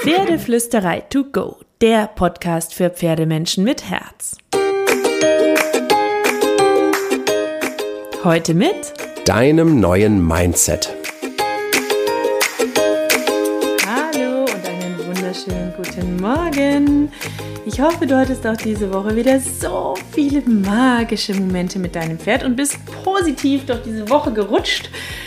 Pferdeflüsterei to go, der Podcast für Pferdemenschen mit Herz. Heute mit deinem neuen Mindset. Hallo und einen wunderschönen guten Morgen. Ich hoffe, du hattest auch diese Woche wieder so viele magische Momente mit deinem Pferd und bist positiv durch diese Woche gerutscht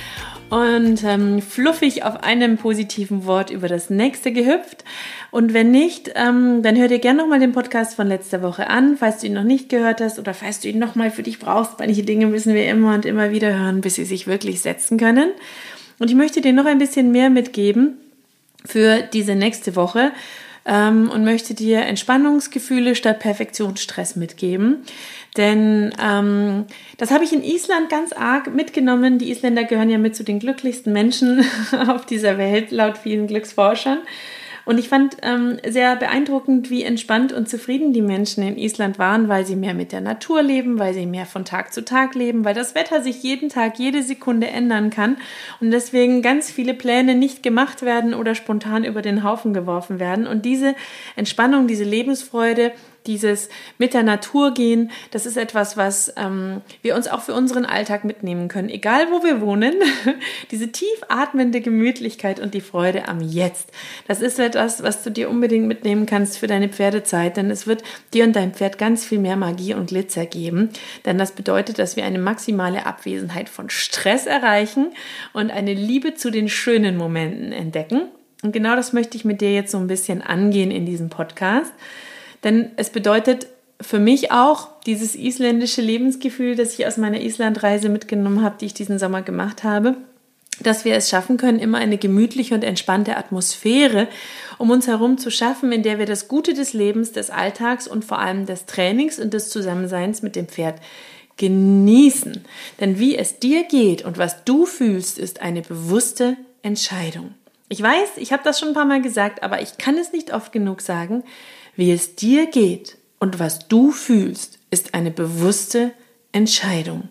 und fluffig auf einem positiven Wort über das nächste gehüpft. Und wenn nicht, dann hör dir gerne nochmal den Podcast von letzter Woche an, falls du ihn noch nicht gehört hast oder falls du ihn nochmal für dich brauchst. Manche Dinge müssen wir immer und immer wieder hören, bis sie sich wirklich setzen können. Und ich möchte dir noch ein bisschen mehr mitgeben für diese nächste Woche und möchte dir Entspannungsgefühle statt Perfektionsstress mitgeben. Denn das habe ich in Island ganz arg mitgenommen. Die Isländer gehören ja mit zu den glücklichsten Menschen auf dieser Welt, laut vielen Glücksforschern. Und ich fand sehr beeindruckend, wie entspannt und zufrieden die Menschen in Island waren, weil sie mehr mit der Natur leben, weil sie mehr von Tag zu Tag leben, weil das Wetter sich jeden Tag, jede Sekunde ändern kann und deswegen ganz viele Pläne nicht gemacht werden oder spontan über den Haufen geworfen werden. Und diese Entspannung, diese Lebensfreude, dieses mit der Natur gehen, das ist etwas, was wir uns auch für unseren Alltag mitnehmen können, egal wo wir wohnen. Diese tief atmende Gemütlichkeit und die Freude am Jetzt, das ist etwas, was du dir unbedingt mitnehmen kannst für deine Pferdezeit, denn es wird dir und deinem Pferd ganz viel mehr Magie und Glitzer geben, denn das bedeutet, dass wir eine maximale Abwesenheit von Stress erreichen und eine Liebe zu den schönen Momenten entdecken. Und genau das möchte ich mit dir jetzt so ein bisschen angehen in diesem Podcast. Denn es bedeutet für mich auch dieses isländische Lebensgefühl, das ich aus meiner Islandreise mitgenommen habe, die ich diesen Sommer gemacht habe, dass wir es schaffen können, immer eine gemütliche und entspannte Atmosphäre um uns herum zu schaffen, in der wir das Gute des Lebens, des Alltags und vor allem des Trainings und des Zusammenseins mit dem Pferd genießen. Denn wie es dir geht und was du fühlst, ist eine bewusste Entscheidung. Ich weiß, ich habe das schon ein paar Mal gesagt, aber ich kann es nicht oft genug sagen. Wie es dir geht und was du fühlst, ist eine bewusste Entscheidung.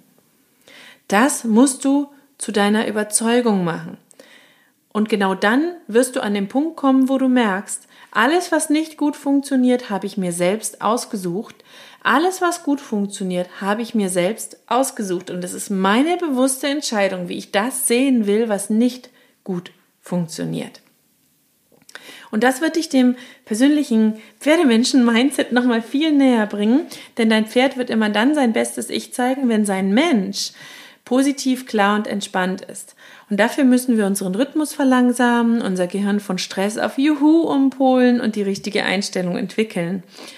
Das musst du zu deiner Überzeugung machen. Und genau dann wirst du an den Punkt kommen, wo du merkst, alles, was nicht gut funktioniert, habe ich mir selbst ausgesucht. Alles, was gut funktioniert, habe ich mir selbst ausgesucht. Und es ist meine bewusste Entscheidung, wie ich das sehen will, was nicht gut funktioniert. Und das wird dich dem persönlichen Pferdemenschen-Mindset nochmal viel näher bringen, denn dein Pferd wird immer dann sein bestes Ich zeigen, wenn sein Mensch positiv, klar und entspannt ist. Und dafür müssen wir unseren Rhythmus verlangsamen, unser Gehirn von Stress auf Juhu umpolen und die richtige Einstellung entwickeln.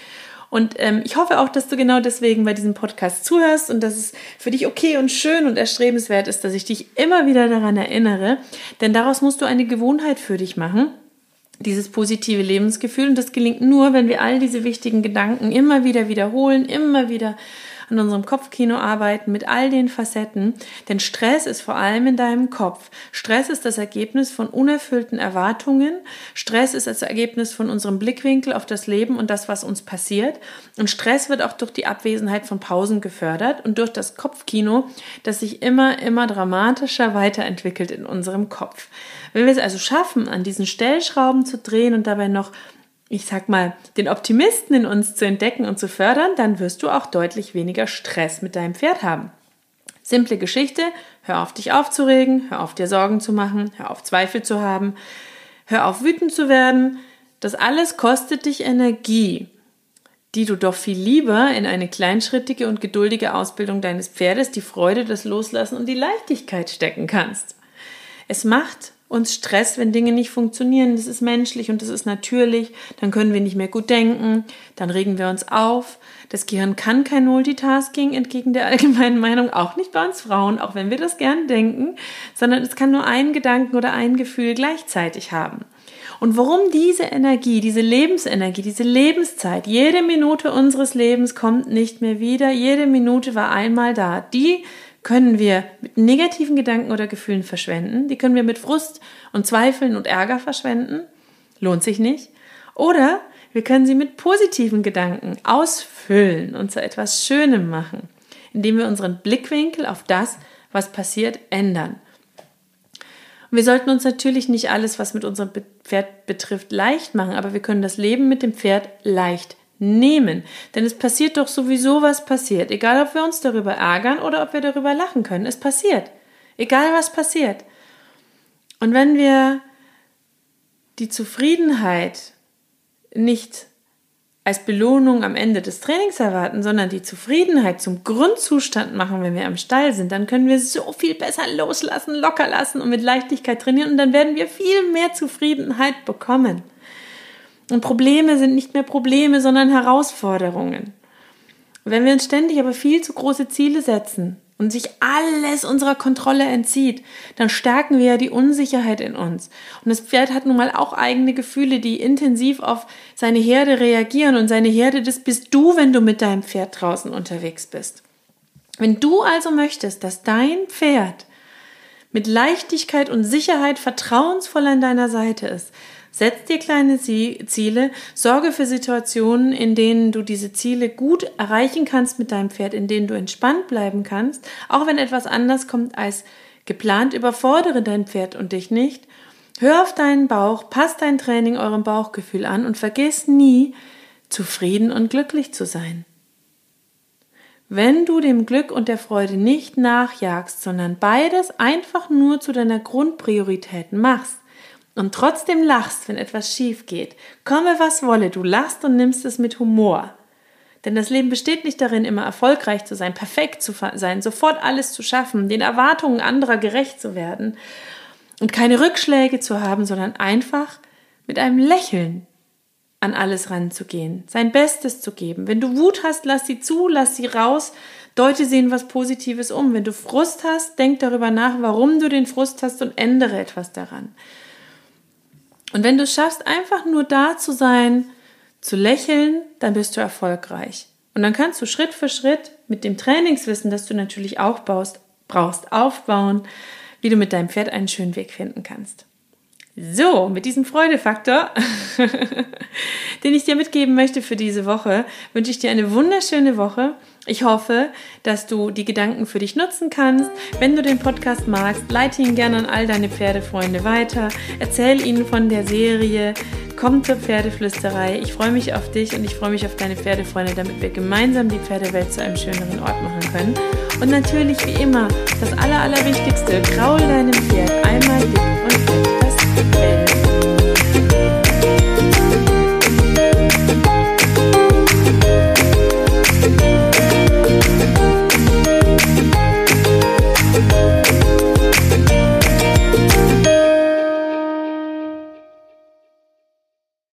Und ich hoffe auch, dass du genau deswegen bei diesem Podcast zuhörst und dass es für dich okay und schön und erstrebenswert ist, dass ich dich immer wieder daran erinnere, denn daraus musst du eine Gewohnheit für dich machen. Dieses positive Lebensgefühl. Und das gelingt nur, wenn wir all diese wichtigen Gedanken immer wieder wiederholen, immer wieder an unserem Kopfkino arbeiten mit all den Facetten. Denn Stress ist vor allem in deinem Kopf. Stress ist das Ergebnis von unerfüllten Erwartungen. Stress ist das Ergebnis von unserem Blickwinkel auf das Leben und das, was uns passiert. Und Stress wird auch durch die Abwesenheit von Pausen gefördert und durch das Kopfkino, das sich immer dramatischer weiterentwickelt in unserem Kopf. Wenn wir es also schaffen, an diesen Stellschrauben zu drehen und dabei noch, ich sag mal, den Optimisten in uns zu entdecken und zu fördern, dann wirst du auch deutlich weniger Stress mit deinem Pferd haben. Simple Geschichte, hör auf dich aufzuregen, hör auf dir Sorgen zu machen, hör auf Zweifel zu haben, hör auf wütend zu werden. Das alles kostet dich Energie, die du doch viel lieber in eine kleinschrittige und geduldige Ausbildung deines Pferdes, die Freude, das Loslassen und die Leichtigkeit stecken kannst. Es macht uns Stress, wenn Dinge nicht funktionieren. Das ist menschlich und das ist natürlich. Dann können wir nicht mehr gut denken, dann regen wir uns auf. Das Gehirn kann kein Multitasking, entgegen der allgemeinen Meinung, auch nicht bei uns Frauen, auch wenn wir das gern denken, sondern es kann nur einen Gedanken oder ein Gefühl gleichzeitig haben. Und warum diese Energie, diese Lebensenergie, diese Lebenszeit, jede Minute unseres Lebens kommt nicht mehr wieder, jede Minute war einmal da, die können wir mit negativen Gedanken oder Gefühlen verschwenden. Die können wir mit Frust und Zweifeln und Ärger verschwenden. Lohnt sich nicht. Oder wir können sie mit positiven Gedanken ausfüllen und zu etwas Schönem machen, indem wir unseren Blickwinkel auf das, was passiert, ändern. Und Wir sollten uns natürlich nicht alles, was mit unserem Pferd betrifft, leicht machen, aber wir können das Leben mit dem Pferd leicht nehmen. Denn es passiert doch sowieso, was passiert. Egal, ob wir uns darüber ärgern oder ob wir darüber lachen können. Es passiert. Egal, was passiert. Und wenn wir die Zufriedenheit nicht als Belohnung am Ende des Trainings erwarten, sondern die Zufriedenheit zum Grundzustand machen, wenn wir am Stall sind, dann können wir so viel besser loslassen, locker lassen und mit Leichtigkeit trainieren und dann werden wir viel mehr Zufriedenheit bekommen. Und Probleme sind nicht mehr Probleme, sondern Herausforderungen. Wenn wir uns ständig aber viel zu große Ziele setzen und sich alles unserer Kontrolle entzieht, dann stärken wir ja die Unsicherheit in uns. Und das Pferd hat nun mal auch eigene Gefühle, die intensiv auf seine Herde reagieren. Und seine Herde, das bist du, wenn du mit deinem Pferd draußen unterwegs bist. Wenn du also möchtest, dass dein Pferd mit Leichtigkeit und Sicherheit vertrauensvoll an deiner Seite ist, setz dir kleine Ziele, sorge für Situationen, in denen du diese Ziele gut erreichen kannst mit deinem Pferd, in denen du entspannt bleiben kannst, auch wenn etwas anders kommt als geplant, überfordere dein Pferd und dich nicht. Hör auf deinen Bauch, pass dein Training eurem Bauchgefühl an und vergiss nie, zufrieden und glücklich zu sein. Wenn du dem Glück und der Freude nicht nachjagst, sondern beides einfach nur zu deiner Grundpriorität machst, und trotzdem lachst, wenn etwas schief geht, komme was wolle, du lachst und nimmst es mit Humor. Denn das Leben besteht nicht darin, immer erfolgreich zu sein, perfekt zu sein, sofort alles zu schaffen, den Erwartungen anderer gerecht zu werden und keine Rückschläge zu haben, sondern einfach mit einem Lächeln an alles ranzugehen, sein Bestes zu geben. Wenn du Wut hast, lass sie zu, lass sie raus, deute sie in was Positives um. Wenn du Frust hast, denk darüber nach, warum du den Frust hast und ändere etwas daran. Und wenn du es schaffst, einfach nur da zu sein, zu lächeln, dann bist du erfolgreich. Und dann kannst du Schritt für Schritt mit dem Trainingswissen, das du natürlich auch brauchst, aufbauen, wie du mit deinem Pferd einen schönen Weg finden kannst. So, mit diesem Freudefaktor, den ich dir mitgeben möchte für diese Woche, wünsche ich dir eine wunderschöne Woche. Ich hoffe, dass du die Gedanken für dich nutzen kannst. Wenn du den Podcast magst, leite ihn gerne an all deine Pferdefreunde weiter. Erzähl ihnen von der Serie Komm zur Pferdeflüsterei. Ich freue mich auf dich und ich freue mich auf deine Pferdefreunde, damit wir gemeinsam die Pferdewelt zu einem schöneren Ort machen können. Und natürlich, wie immer, das Allerwichtigste, kraul deinem Pferd einmal dick und fett das Fell.